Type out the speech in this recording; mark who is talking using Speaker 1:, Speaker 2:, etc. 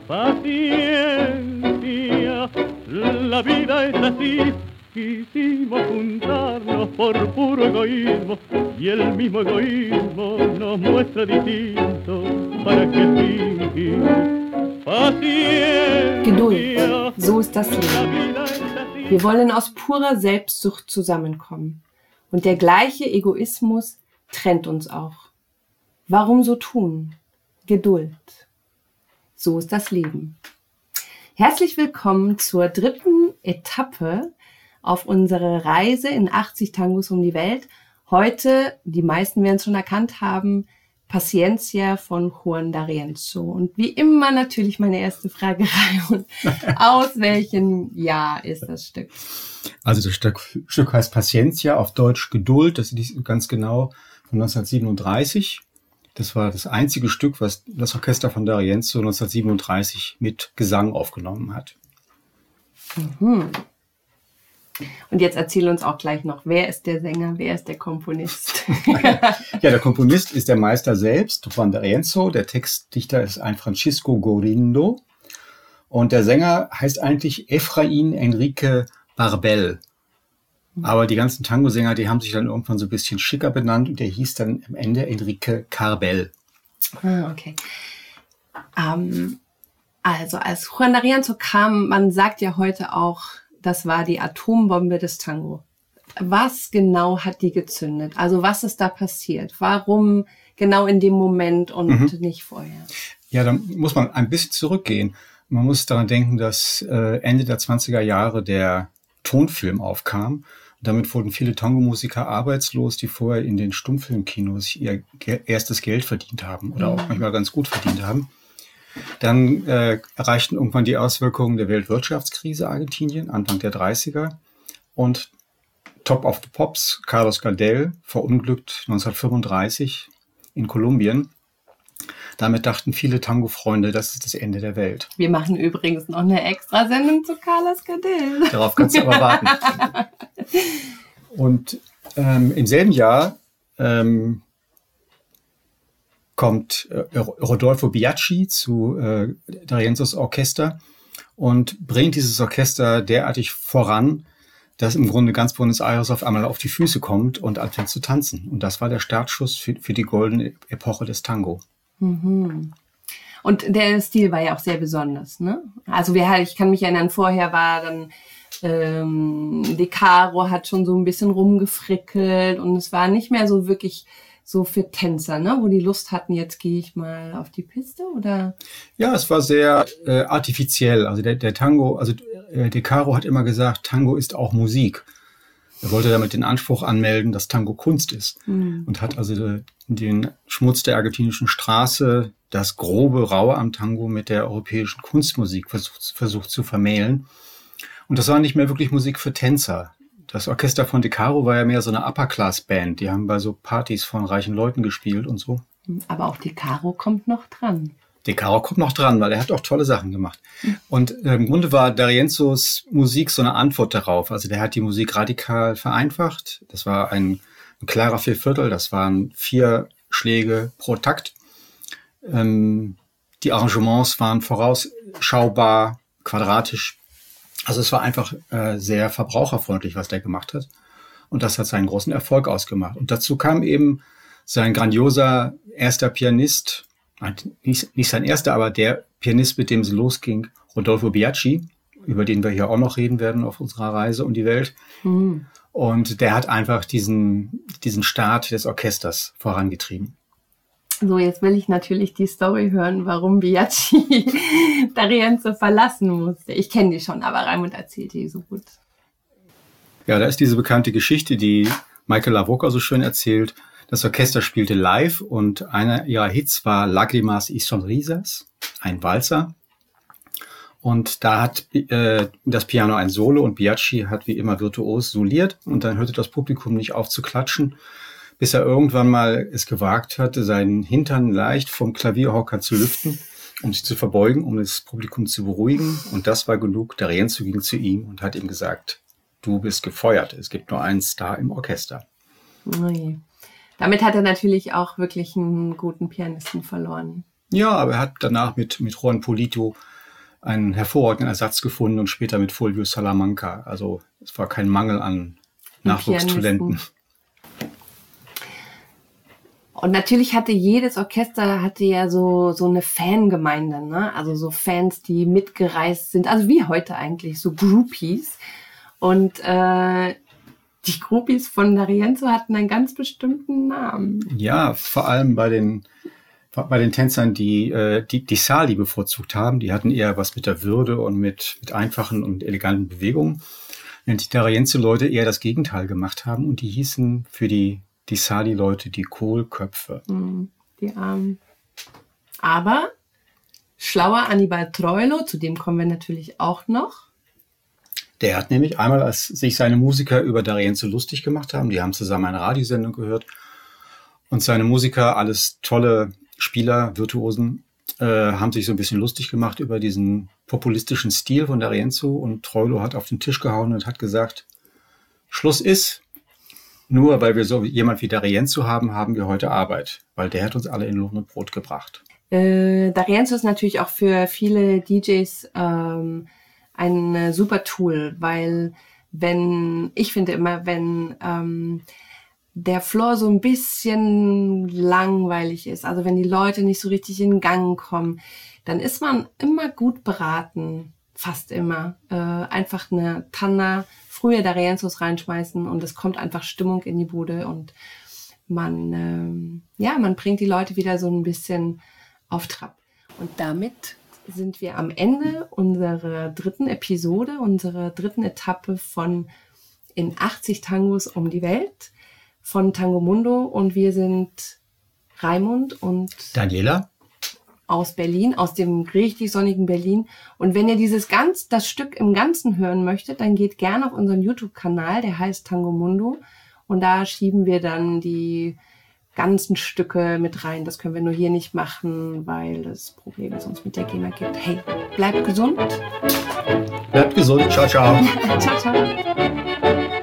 Speaker 1: Paciencia, la vida es así. Quisimos juntarnos por puro egoísmo y el mismo egoísmo nos muestra distinto. ¿Para qué fingir? Paciencia.
Speaker 2: Geduld, so ist das Leben. Wir wollen aus purer Selbstsucht zusammenkommen. Und der gleiche Egoismus trennt uns auch. Warum so tun? Geduld. So ist das Leben. Herzlich willkommen zur 3. Etappe auf unserer Reise in 80 Tangos um die Welt. Heute, die meisten werden es schon erkannt haben, Paciencia von Juan D'Arienzo. Und wie immer natürlich meine erste Fragerei. Aus welchem Jahr ist das Stück?
Speaker 3: Also das Stück heißt Paciencia, auf Deutsch Geduld. Das ist ganz genau von 1937. Das war das einzige Stück, was das Orchester von D'Arienzo 1937 mit Gesang aufgenommen hat.
Speaker 2: Mhm. Und jetzt erzähl uns auch gleich noch, wer ist der Sänger, wer ist der Komponist?
Speaker 3: Ja, der Komponist ist der Meister selbst, Juan D'Arienzo. Der Textdichter ist ein Francisco Gorindo. Und der Sänger heißt eigentlich Efraín Enrique Barbel. Aber die ganzen Tango-Sänger, die haben sich dann irgendwann so ein bisschen schicker benannt und der hieß dann am Ende Enrique Carbel.
Speaker 2: Ah, okay. Also als Juan D'Arienzo kam, man sagt ja heute auch, das war die Atombombe des Tango. Was genau hat die gezündet? Also was ist da passiert? Warum genau in dem Moment und nicht vorher?
Speaker 3: Ja, da muss man ein bisschen zurückgehen. Man muss daran denken, dass Ende der 20er Jahre der Tonfilm aufkam. Und damit wurden viele Tango-Musiker arbeitslos, die vorher in den Stummfilmkinos ihr erstes Geld verdient haben oder auch manchmal ganz gut verdient haben. Dann erreichten irgendwann die Auswirkungen der Weltwirtschaftskrise Argentinien, Anfang der 30er. Und Top of the Pops, Carlos Gardel, verunglückt 1935 in Kolumbien. Damit dachten viele Tango-Freunde, das ist das Ende der Welt.
Speaker 2: Wir machen übrigens noch eine Extrasendung zu Carlos Gardel.
Speaker 3: Darauf kannst du aber warten. Und im selben Jahr kommt Rodolfo Biaggi zu D'Arienzos Orchester und bringt dieses Orchester derartig voran, dass im Grunde ganz Buenos Aires auf einmal auf die Füße kommt und anfängt zu tanzen. Und das war der Startschuss für die goldene Epoche des Tango.
Speaker 2: Mhm. Und der Stil war ja auch sehr besonders, ne? Also ich kann mich erinnern, vorher war dann De Caro hat schon so ein bisschen rumgefrickelt und es war nicht mehr so wirklich so für Tänzer, ne? Wo die Lust hatten, jetzt gehe ich mal auf die Piste, oder?
Speaker 3: Ja, es war sehr artifiziell. Also der Tango, also De Caro hat immer gesagt, Tango ist auch Musik. Er wollte damit den Anspruch anmelden, dass Tango Kunst ist. Und hat also den Schmutz der argentinischen Straße, das grobe, raue am Tango mit der europäischen Kunstmusik versucht zu vermählen. Und das war nicht mehr wirklich Musik für Tänzer. Das Orchester von De Caro war ja mehr so eine Upper-Class-Band. Die haben bei so Partys von reichen Leuten gespielt und so.
Speaker 2: Aber auch De Caro kommt noch dran.
Speaker 3: De Caro kommt noch dran, weil er hat auch tolle Sachen gemacht. Und im Grunde war D'Arienzos Musik so eine Antwort darauf. Also der hat die Musik radikal vereinfacht. Das war ein klarer Vierviertel. Das waren 4 Schläge pro Takt. Die Arrangements waren vorausschaubar, quadratisch. Also es war einfach sehr verbraucherfreundlich, was der gemacht hat. Und das hat seinen großen Erfolg ausgemacht. Und dazu kam eben sein grandioser erster Pianist, nicht sein erster, aber der Pianist, mit dem es losging, Rodolfo Biaggi, über den wir hier auch noch reden werden auf unserer Reise um die Welt. Und der hat einfach diesen Start des Orchesters vorangetrieben.
Speaker 2: So, jetzt will ich natürlich die Story hören, warum Biaggi D'Arienzo verlassen musste. Ich kenne die schon, aber Raimund erzählt die so gut.
Speaker 3: Ja, da ist diese bekannte Geschichte, die Michael LaRocca so schön erzählt. Das Orchester spielte live und einer ihrer Hits war Lágrimas y Sonrisas, ein Walzer. Und da hat das Piano ein Solo und Biaggi hat wie immer virtuos soliert. Und dann hörte das Publikum nicht auf zu klatschen, bis er irgendwann mal es gewagt hatte, seinen Hintern leicht vom Klavierhocker zu lüften, um sich zu verbeugen, um das Publikum zu beruhigen. Und das war genug. D'Arienzo ging zu ihm und hat ihm gesagt, du bist gefeuert. Es gibt nur einen Star im Orchester.
Speaker 2: Okay. Damit hat er natürlich auch wirklich einen guten Pianisten verloren.
Speaker 3: Ja, aber er hat danach mit Juan Polito einen hervorragenden Ersatz gefunden und später mit Fulvio Salamanca. Also es war kein Mangel an Nachwuchstalenten.
Speaker 2: Und natürlich hatte jedes Orchester ja so eine Fangemeinde, ne? Also so Fans, die mitgereist sind, also wie heute eigentlich, so Groupies. Und die Groupies von D'Arienzo hatten einen ganz bestimmten Namen.
Speaker 3: Ja, vor allem bei den Tänzern, die Sali bevorzugt haben. Die hatten eher was mit der Würde und mit einfachen und eleganten Bewegungen. Während die D'Arienzo-Leute eher das Gegenteil gemacht haben. Und die hießen für die Sali-Leute die Kohlköpfe.
Speaker 2: Die Armen. Aber schlauer Annibal Troilo, zu dem kommen wir natürlich auch noch.
Speaker 3: Der hat nämlich einmal, als sich seine Musiker über D'Arienzo lustig gemacht haben, die haben zusammen eine Radiosendung gehört, und seine Musiker, alles tolle Spieler, Virtuosen, haben sich so ein bisschen lustig gemacht über diesen populistischen Stil von D'Arienzo, und Troilo hat auf den Tisch gehauen und hat gesagt, Schluss ist, nur weil wir so jemand wie D'Arienzo haben wir heute Arbeit, weil der hat uns alle in Lohn und Brot gebracht.
Speaker 2: D'Arienzo ist natürlich auch für viele DJs ein super Tool, weil wenn der Floor so ein bisschen langweilig ist, also wenn die Leute nicht so richtig in Gang kommen, dann ist man immer gut beraten, fast immer, einfach eine Tanna, frühe D'Arienzos reinschmeißen und es kommt einfach Stimmung in die Bude und man bringt die Leute wieder so ein bisschen auf Trab. Und damit sind wir am Ende unserer dritten Episode, unserer dritten Etappe von In 80 Tangos um die Welt von Tango Mundo, und wir sind Raimund und
Speaker 3: Daniela
Speaker 2: aus Berlin, aus dem richtig sonnigen Berlin. Und wenn ihr das Stück im Ganzen hören möchtet, dann geht gerne auf unseren YouTube-Kanal, der heißt Tango Mundo, und da schieben wir dann die ganzen Stücke mit rein. Das können wir nur hier nicht machen, weil es Probleme sonst mit der GEMA gibt. Hey, bleibt gesund.
Speaker 3: Bleibt gesund. Ciao, ciao.
Speaker 2: Ciao, ciao.